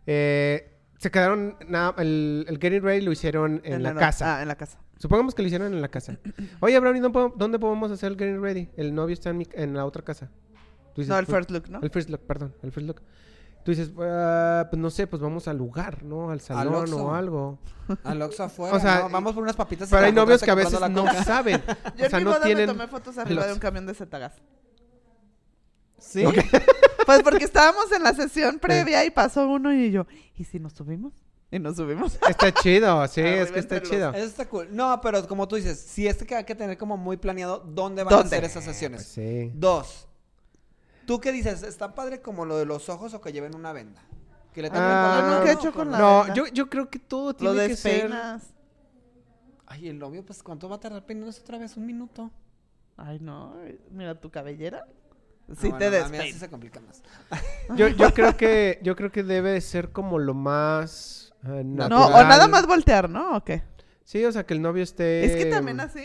se quedaron, el Getting Ready lo hicieron en la casa. Ah, en la casa. Supongamos que lo hicieron en la casa. Oye, Abraham, ¿y dónde podemos hacer el Getting Ready? El novio está en la otra casa. Tú dices, No, el pues, first look, ¿no? El first look, perdón, el first look. Tú dices, pues no sé, pues vamos al lugar, ¿no? Al salón Oxxo. o algo. Al Oxxo afuera, O sea, ¿no? Vamos por unas papitas. y Pero la hay novios encontraste que a veces comprando no la coca. saben. Yo O sea, en mi no boda tienen... me tomé fotos arriba los- de un camión de Zetagas. ¿Sí? Pues porque estábamos en la sesión previa y pasó uno y yo, ¿y si nos subimos? Y nos subimos. Está chido, sí, Arriba es que está entre chido. Eso está cool. No, pero como tú dices, si es que hay que tener como muy planeado dónde van a ¿Dónde? hacer esas sesiones. Pues sí. 2. ¿Tú qué dices? ¿Está padre como lo de los ojos o que lleven una venda? Que le tapen Ah, con la yo nunca mano he hecho o con la No, venda. yo creo que todo Lo tiene que ser... despeinas. Ay, el novio, pues, ¿cuánto va a tardar peinándose otra vez? 1 minuto. Ay, no. Mira tu cabellera. Ah, Sí bueno, te a mí así despeinas. se complica más. Yo creo que debe de ser como lo más natural. No, o nada más voltear, ¿no? ¿O qué? Sí, o sea, que el novio esté... Es que también así.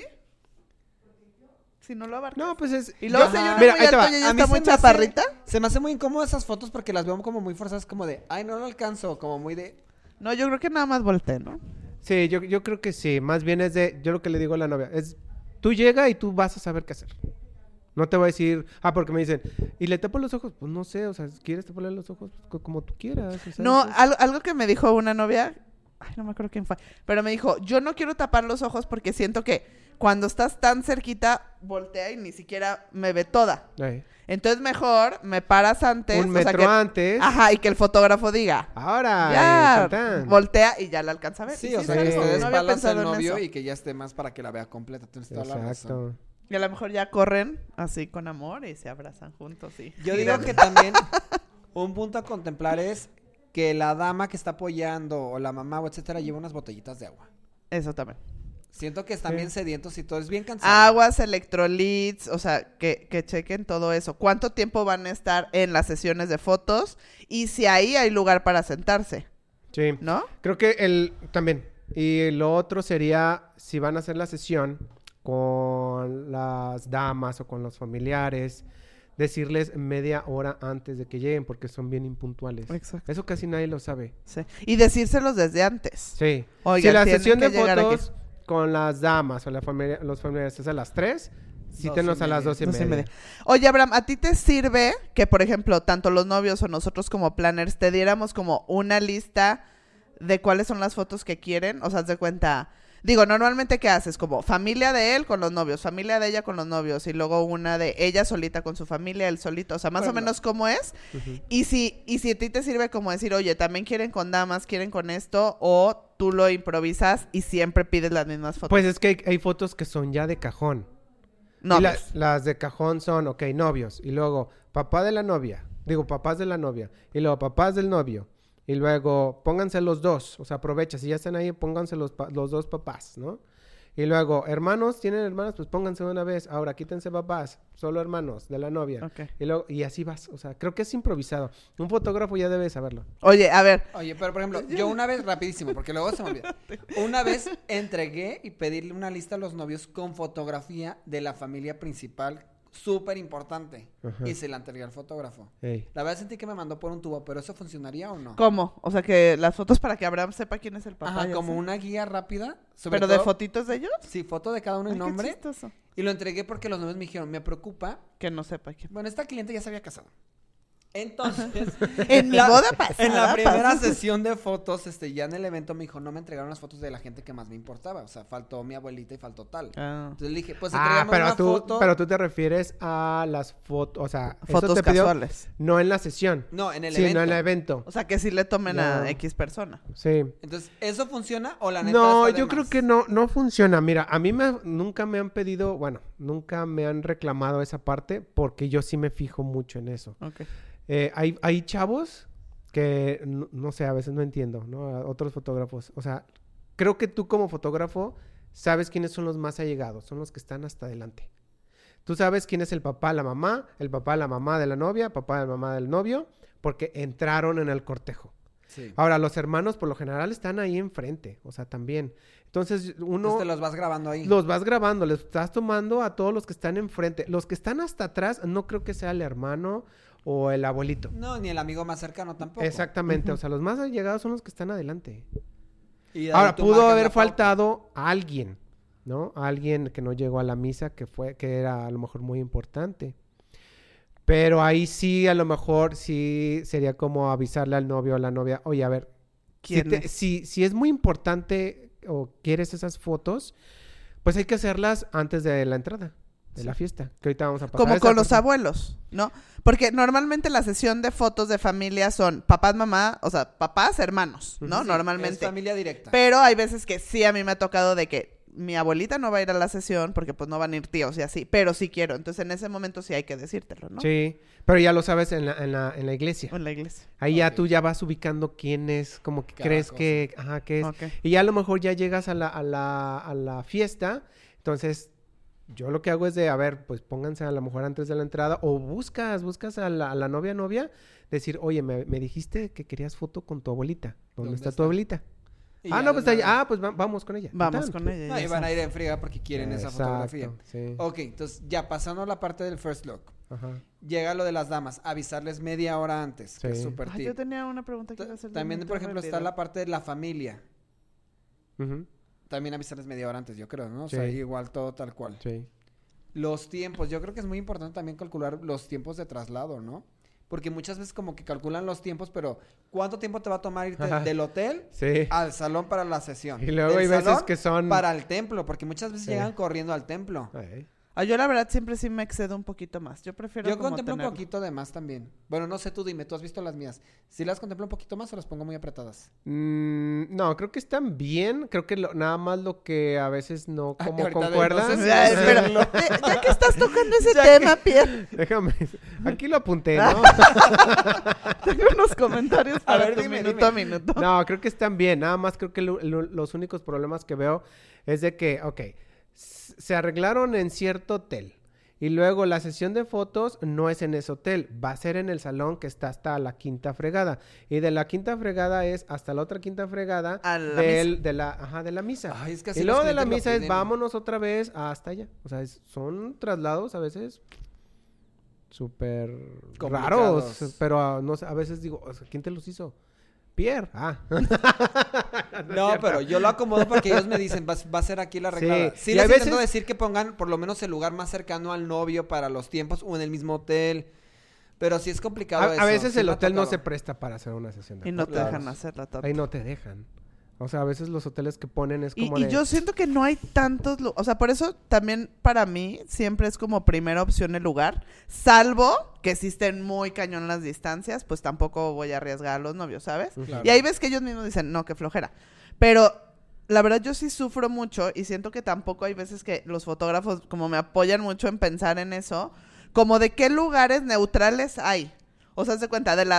Si no lo abarcas. No, pues es... Y luego Ajá. si hay una Mira, muy ahí te alta va. y ella A mí está se muy me hace- chaparrita. Se me hace muy incómodo esas fotos porque las veo como muy forzadas, como de, ay, no lo alcanzo, como muy de... No, yo creo que nada más volteé, ¿no? Sí, yo creo que sí. Más bien es de... Yo lo que le digo a la novia es... Tú llega y tú vas a saber qué hacer. No te voy a decir... porque me dicen... ¿Y le tapo los ojos? Pues no sé. O sea, si quieres taparle los ojos pues, como tú quieras. O sea, No, eso es- algo que me dijo una novia, ay, no me acuerdo quién fue, pero me dijo, yo no quiero tapar los ojos porque siento que cuando estás tan cerquita, voltea y ni siquiera me ve toda. Ay. Entonces mejor me paras antes. Un o sea, metro que- antes. Ajá, y que el fotógrafo diga, Ahora. ya, tan, tan. voltea y ya la alcanza a ver. Sí, Y o sea, es que cierto, esté de no había espaldas pensado el en novio eso. y que ya esté más para que la vea completa. Tienes toda la razón. Exacto. Y a lo mejor ya corren así con amor y se abrazan juntos. Y Yo digo giran. que también un punto a contemplar es que la dama que está apoyando o la mamá o etcétera lleva unas botellitas de agua. Eso también. Siento que están Sí. bien sedientos y todo es bien cansado. Aguas, electrolits, o sea, que chequen todo eso. ¿Cuánto tiempo van a estar en las sesiones de fotos? Y si ahí hay lugar para sentarse, Sí. ¿no? Creo que también. Y lo otro sería si van a hacer la sesión con las damas o con los familiares, decirles media hora antes de que lleguen porque son bien impuntuales. Exacto. Eso casi nadie lo sabe. Sí. Y decírselos desde antes. Sí. Oigan, si la tienen sesión que de llegar fotos con las damas o los familiares es a las 3, cítenos a las 2:30. Oye, Abraham, ¿a ti te sirve que, por ejemplo, tanto los novios o nosotros como planners te diéramos como una lista de cuáles son las fotos que quieren? O sea, haz de cuenta... Digo, normalmente, ¿qué haces? Como familia de él con los novios, familia de ella con los novios, y luego una de ella solita con su familia, él solito. O sea, más o Bueno. menos cómo es. Ujú. Y si a ti te sirve como decir, oye, también quieren con damas, quieren con esto, o tú lo improvisas y siempre pides las mismas fotos. Pues es que hay fotos que son ya de cajón. No, Y las de cajón son, novios. Y luego papá de la novia. Digo, papás de la novia. Y luego papás del novio. Y luego, pónganse los dos. O sea, aprovecha. Si ya están ahí, pónganse los dos papás, ¿no? Y luego, hermanos, ¿tienen hermanos? Pues pónganse de una vez. Ahora, quítense papás. Solo hermanos de la novia. Ok. Y así vas. O sea, creo que es improvisado. Un fotógrafo ya debe saberlo. Oye, a ver. Oye, pero por ejemplo, yo una vez, rapidísimo, porque luego se me olvida. Una vez entregué y pedirle una lista a los novios con fotografía de la familia principal, súper importante. Ajá. Y se la entregué al fotógrafo. Ey. La verdad sentí que me mandó por un tubo, pero ¿eso funcionaría o no? ¿Cómo? O sea, que las fotos para que Abraham sepa quién es el papá. Ajá, y como así. una guía rápida. sobre ¿Pero de todo- fotitos de ellos? Sí, foto de cada uno y Ay, qué nombre. chistoso. Y lo entregué porque los novios me dijeron, me preocupa. Que no sepa quién. Bueno, esta cliente ya se había casado. Entonces, En mi boda pasada. en la primera pasó. sesión de fotos, ya en el evento me dijo, no me entregaron las fotos de la gente que más me importaba. O sea, faltó mi abuelita y faltó tal. Ah. Entonces le dije, pues Ah, entrégame una foto. pero tú te refieres a las fotos, o sea, eso Fotos te pidió casuales. no en la sesión, No, en el sino evento. en el evento. O sea, que sí le tomen Ya. a X persona. Sí. Entonces, ¿eso funciona o la neta No, está de yo más? creo que no funciona. Mira, a mí nunca me han pedido, bueno, nunca me han reclamado esa parte porque yo sí me fijo mucho en eso. Ok. Hay chavos que, no sé, a veces no entiendo, ¿no? A otros fotógrafos. O sea, creo que tú como fotógrafo sabes quiénes son los más allegados, son los que están hasta adelante. Tú sabes quién es el papá, la mamá de la novia, papá, la mamá del novio, porque entraron en el cortejo. Sí. Ahora, los hermanos por lo general están ahí enfrente, o sea, también. Entonces, uno Entonces te los vas grabando ahí. los vas grabando, les estás tomando a todos los que están enfrente. Los que están hasta atrás, no creo que sea el hermano o el abuelito. No, ni el amigo más cercano tampoco. Exactamente, o sea, los más allegados son los que están adelante. Y de ahí Ahora, tú pudo marcas haber la foto. faltado alguien, ¿no? Alguien que no llegó a la misa, que era a lo mejor muy importante. Pero ahí sí, a lo mejor sí sería como avisarle al novio o a la novia, oye, a ver, ¿Quién es? si es muy importante o quieres esas fotos, pues hay que hacerlas antes de la entrada de la fiesta, que ahorita vamos a pasar. Como esa con los parte. abuelos, ¿no? Porque normalmente la sesión de fotos de familia son papás, mamá, o sea, papás, hermanos, ¿no? Sí, es Normalmente. familia directa. Pero hay veces que sí a mí me ha tocado de que mi abuelita no va a ir a la sesión porque pues no van a ir tíos y así, pero sí quiero. Entonces en ese momento sí hay que decírtelo, ¿no? Sí, pero ya lo sabes en la iglesia. O en la iglesia. Ahí ya Ok. tú ya vas ubicando quién es, como que Cada crees cosa. que, ajá, que es. Ok. Y ya a lo mejor ya llegas a la fiesta, entonces yo lo que hago es de, a ver, pues pónganse a lo mejor antes de la entrada o buscas a la novia, decir, oye, me dijiste que querías foto con tu abuelita. ¿Dónde está tu está? abuelita? Y Ah, ya no, pues de está una ahí. vez. Ah, pues vamos con ella. Vamos Tan. con ella. No, ya y van a sabes. ir en friega porque quieren esa Exacto, fotografía. sí. Ok, entonces ya pasando a la parte del first look. Ajá. Llega lo de las damas, avisarles media hora antes, que es Sí. súper Ay, tip. yo tenía una pregunta que iba a hacer. También, por ejemplo, está la parte de la familia. Ujú, También avisarles media hora antes, yo creo, ¿no? O sea, Sí. igual todo tal cual. sí. Los tiempos, yo creo que es muy importante también calcular los tiempos de traslado, ¿no? Porque muchas veces como que calculan los tiempos, pero ¿cuánto tiempo te va a tomar irte Ajá. del hotel Sí. al salón para la sesión? Y luego Del hay veces salón que son... para el templo, porque muchas veces Sí. llegan corriendo al templo. Ay. Ah, yo la verdad siempre sí me excedo un poquito más. Yo prefiero Yo como contemplo un tenerlo. poquito de más también. Bueno, no sé, tú dime, tú has visto las mías. ¿Si las contemplo un poquito más o las pongo muy apretadas? No, creo que están bien. Creo que nada más lo que a veces no Ay, como ahorita de- concuerdan. no sé si Ay, pero, decirlo. ya que estás tocando ese Ya tema, Pierre, Déjame. Aquí lo apunté, ¿no? tengo unos comentarios para ver, tu dime, minuto dime. a minuto. No, creo que están bien. Nada más creo que los únicos problemas que veo es de que, ok, se arreglaron en cierto hotel. Y luego la sesión de fotos no es en ese hotel, va a ser en el salón que está hasta la quinta fregada. Y de la quinta fregada es hasta la otra quinta fregada A la misa. de la misa. Ay, es que así Y los luego de la clientes lo misa es piden. vámonos otra vez hasta allá. O sea, son traslados a veces súper Complicados. raros. Pero no sé, a veces digo, o sea, ¿quién te los hizo? Pierre. Ah. No, pero yo lo acomodo porque ellos me dicen, va a ser aquí la arreglada. Sí, Sí, y les a veces- intento decir que pongan por lo menos el lugar más cercano al novio para los tiempos o en el mismo hotel. Pero sí es complicado eso. A veces sí el me ha hotel no tocado. se presta para hacer una sesión de Y no fotos. te Claro. dejan hacerla tanto. Ahí no te dejan. O sea, a veces los hoteles que ponen es como Y de... yo siento que no hay tantos... O sea, por eso también para mí siempre es como primera opción el lugar. Salvo que si estén muy cañón las distancias, pues tampoco voy a arriesgar a los novios, ¿sabes? Claro. Y ahí ves que ellos mismos dicen, no, qué flojera. Pero la verdad yo sí sufro mucho y siento que tampoco hay veces que los fotógrafos como me apoyan mucho en pensar en eso. Como de qué lugares neutrales hay. O sea, haz de cuenta, de las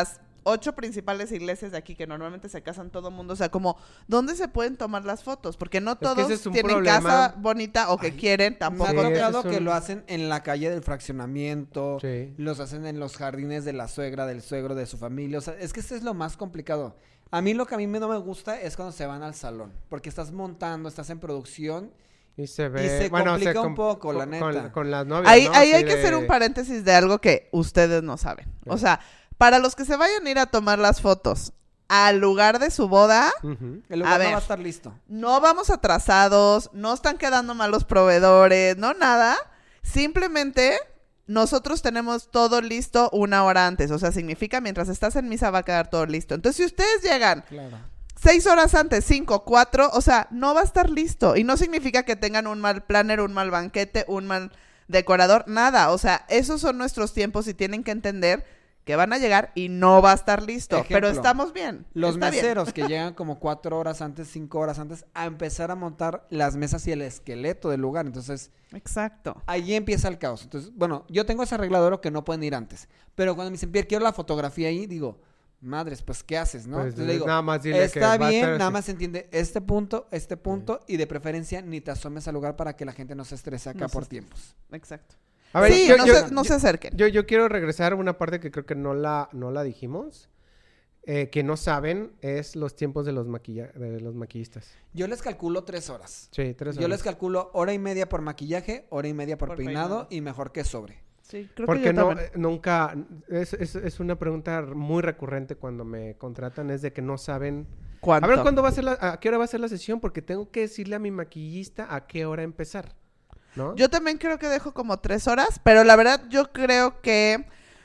8 principales iglesias de aquí que normalmente se casan todo mundo. O sea, como, ¿dónde se pueden tomar las fotos? Porque no Es que todos ese es un tienen problema. casa bonita o que Ay, quieren, Me tampoco. ha Sí, tocado ese es que un- lo hacen en la calle del fraccionamiento, Sí. los hacen en los jardines de la suegra, del suegro, de su familia. O sea, es que este es lo más complicado. A mí lo que a mí no me gusta es cuando se van al salón, porque estás montando, estás en producción. Y se ve... se complica un com- poco, la con- neta. Con las novias, Ahí, ¿no? ahí Así hay que de- hacer un paréntesis de algo que ustedes no saben. O sea, para los que se vayan a ir a tomar las fotos al lugar de su boda, Ujú. El lugar no ver. va a estar listo. no vamos atrasados, no están quedando mal los proveedores, no nada. Simplemente nosotros tenemos todo listo 1 hora antes. O sea, significa mientras estás en misa va a quedar todo listo. Entonces, si ustedes llegan Claro. 6 horas antes, 5, 4, o sea, no va a estar listo. Y no significa que tengan un mal planner, un mal banquete, un mal decorador, nada. O sea, esos son nuestros tiempos y tienen que entender que van a llegar y no va a estar listo. Ejemplo, pero estamos bien. Los está bien. meseros que llegan como 4 horas antes, 5 horas antes, a empezar a montar las mesas y el esqueleto del lugar. Entonces, Exacto. ahí empieza el caos. Entonces, bueno, yo tengo ese arreglador que no pueden ir antes. Pero cuando me dicen, Pierre, quiero la fotografía ahí, digo, madres, pues, ¿qué haces, no? Pues, Entonces le digo, nada más dile que está va a bien, estar nada así. más se entiende este punto, y de preferencia ni te asomes al lugar para que la gente no se estrese acá No se por estrese. tiempos. Exacto. A ver, sí, no se acerquen. Yo quiero regresar a una parte que creo que no la dijimos. Que no saben es los tiempos de los maquillistas. Yo les calculo 3 horas. Sí, 3 horas. Yo les calculo 1:30 por maquillaje, 1:30 por Por peinado, peinado. y mejor que sobre. Sí, creo que Porque yo no, también. nunca, es una pregunta muy recurrente cuando me contratan, es de que no saben, ¿Cuánto? a ver, ¿cuándo va a ser a qué hora va a ser la sesión? Porque tengo que decirle a mi maquillista a qué hora empezar, ¿no? Yo también creo que dejo como 3 horas, pero la verdad yo creo que,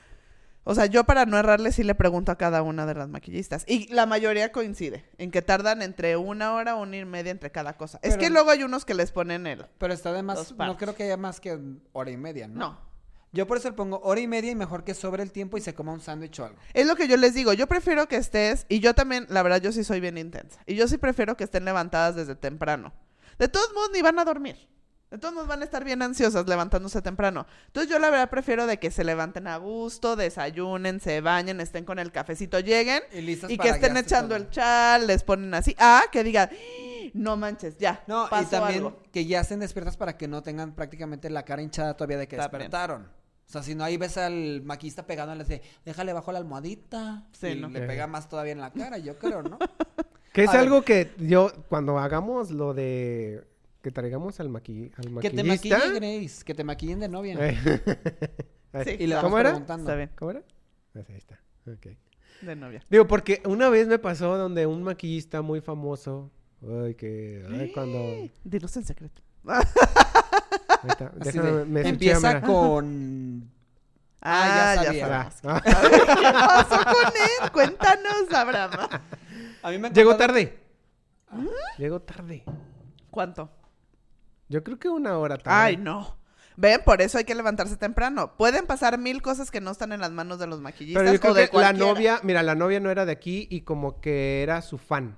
o sea, yo para no errarle sí le pregunto a cada una de las maquillistas. Y la mayoría coincide en que tardan entre 1 hora, 1:30 entre cada cosa. Es Pero- que luego hay unos que les ponen el... Pero está de Dos más, partes. no creo que haya más que 1:30, ¿no? No. Yo por eso le pongo 1:30 y mejor que sobre el tiempo y se coma un sándwich o algo. Es lo que yo les digo. Yo prefiero que estés, y yo también, la verdad, yo sí soy bien intensa. Y yo sí prefiero que estén levantadas desde temprano. De todos modos, ni van a dormir. De todos modos, van a estar bien ansiosas levantándose temprano. Entonces, yo la verdad prefiero de que se levanten a gusto, desayunen, se bañen, estén con el cafecito, lleguen Y listas y que para estén guiarse echando todo. el chal, les ponen así. Ah, que digan, no manches, ya, No, y pasó también algo. que ya estén despiertas para que no tengan prácticamente la cara hinchada todavía de que También. despertaron. O sea, si no, ahí ves al maquillista pegándole, dice, déjale bajo la almohadita. Sí, y ¿no? le pega más todavía en la cara, yo creo, ¿no? Que es A ver. algo que yo, cuando hagamos lo de que traigamos al Que te maquillista. maquille Grace, que te maquillen de novia. Sí, Y le ¿Cómo vas era? preguntando. Está bien, ¿Cómo era? Ahí está. Ok. de novia. Digo, porque una vez me pasó donde un maquillista muy famoso, cuando... Dilos en secreto. Ahí está, Así déjame, de, me empieza mira. con... Ah, ya sabía. sabemos. Ah. ¿Qué pasó con él? Cuéntanos, Abraham. A mí me ha Llegó contado- tarde. Llegó tarde. ¿Cuánto? Yo creo que 1 hora tarde. Ay, no. Ven, por eso hay que levantarse temprano. Pueden pasar 1000 cosas que no están en las manos de los maquillistas Pero yo creo o de que la cualquiera. novia, mira, la novia no era de aquí y como que era su fan.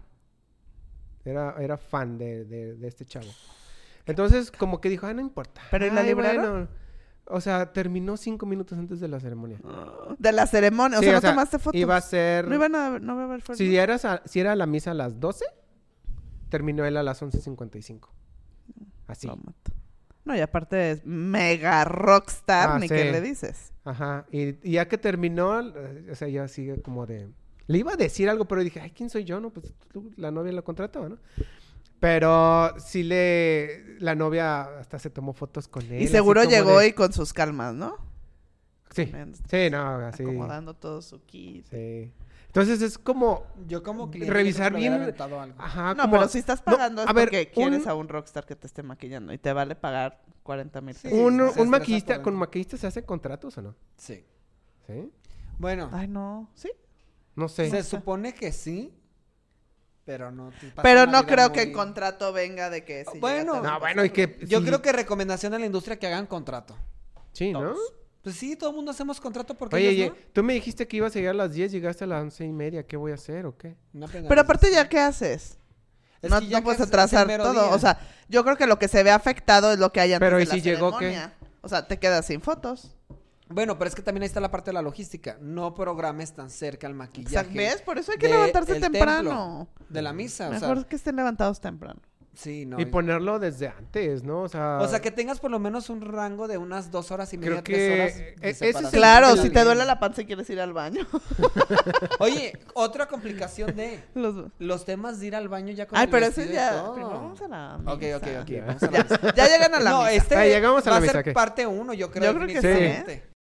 Era fan de este chavo. Entonces, como que dijo, no importa. ¿Pero y la Ay, libraron? bueno. O sea, terminó 5 minutos antes de la ceremonia. De la ceremonia. O Sí, sea, ¿no tomaste fotos? Iba a ser... No va a haber fotos. Si era la misa a las 12, terminó él a las 11:55. Así. Tómate. No, y aparte es mega rockstar, Ah, ni sí. qué le dices. Ajá. Y ya que terminó, o sea, yo así como de... Le iba a decir algo, pero dije, ay, ¿quién soy yo? No, pues la novia lo contrató, ¿no? Pero sí la novia hasta se tomó fotos con él. Y así seguro como llegó de- y con sus calmas, ¿no? Sí, sí, no, así. Acomodando todo su kit. Sí. Entonces es como... Yo como cliente Revisar yo creo que le hubiera bien- aventado algo. Ajá, No, como... pero si estás pagando es a ver, porque quieres a un rockstar que te esté maquillando y te vale pagar 40,000 Sí, pesos. Un se estresa maquillista, por con dentro. maquillista se hace contratos o no? Sí. ¿Sí? Bueno, Ay, no. ¿Sí? No sé. se supone que sí, pero no. te pasa Pero una no vida creo que muy- en contrato venga de que si Bueno. llegas a- No, bueno, y que... Yo sí, creo que recomendación a la industria que hagan contrato. Sí, ¿no? todos. Pues sí, todo el mundo hacemos contrato porque Oye, ellos oye, tú me dijiste que ibas a llegar a las 10, llegaste a las 11:30. ¿Qué voy a hacer o qué? no. Pero aparte ya, ¿qué haces? Es No, que ya no puedes que es el atrasar mero todo. día. O sea, yo creo que lo que se ve afectado es lo que hay antes Pero, de ¿y la si llegó qué? ceremonia. O sea, te quedas sin fotos. Bueno, pero es que también ahí está la parte de la logística. No programes tan cerca al maquillaje. Exacto, ¿ves? Por eso hay que levantarse temprano. De la misa, Mejor que estén levantados temprano. Sí, no. Y ponerlo desde antes, ¿no? O sea, que tengas por lo menos un rango de unas 2 horas y media, creo 3 horas. que de ese es separación. Claro, Está si te bien. duele la panza y quieres ir al baño. Oye, otra complicación de los temas de ir al baño ya con Ay, el pero ese vestido y ya. todo. Primero vamos a la Ok. misa. Vamos a la misa. Ya llegan a la No, misa. Ah, llegamos a va la a misa, ser ¿qué? parte 1, yo creo. Yo creo que sí, definitivamente.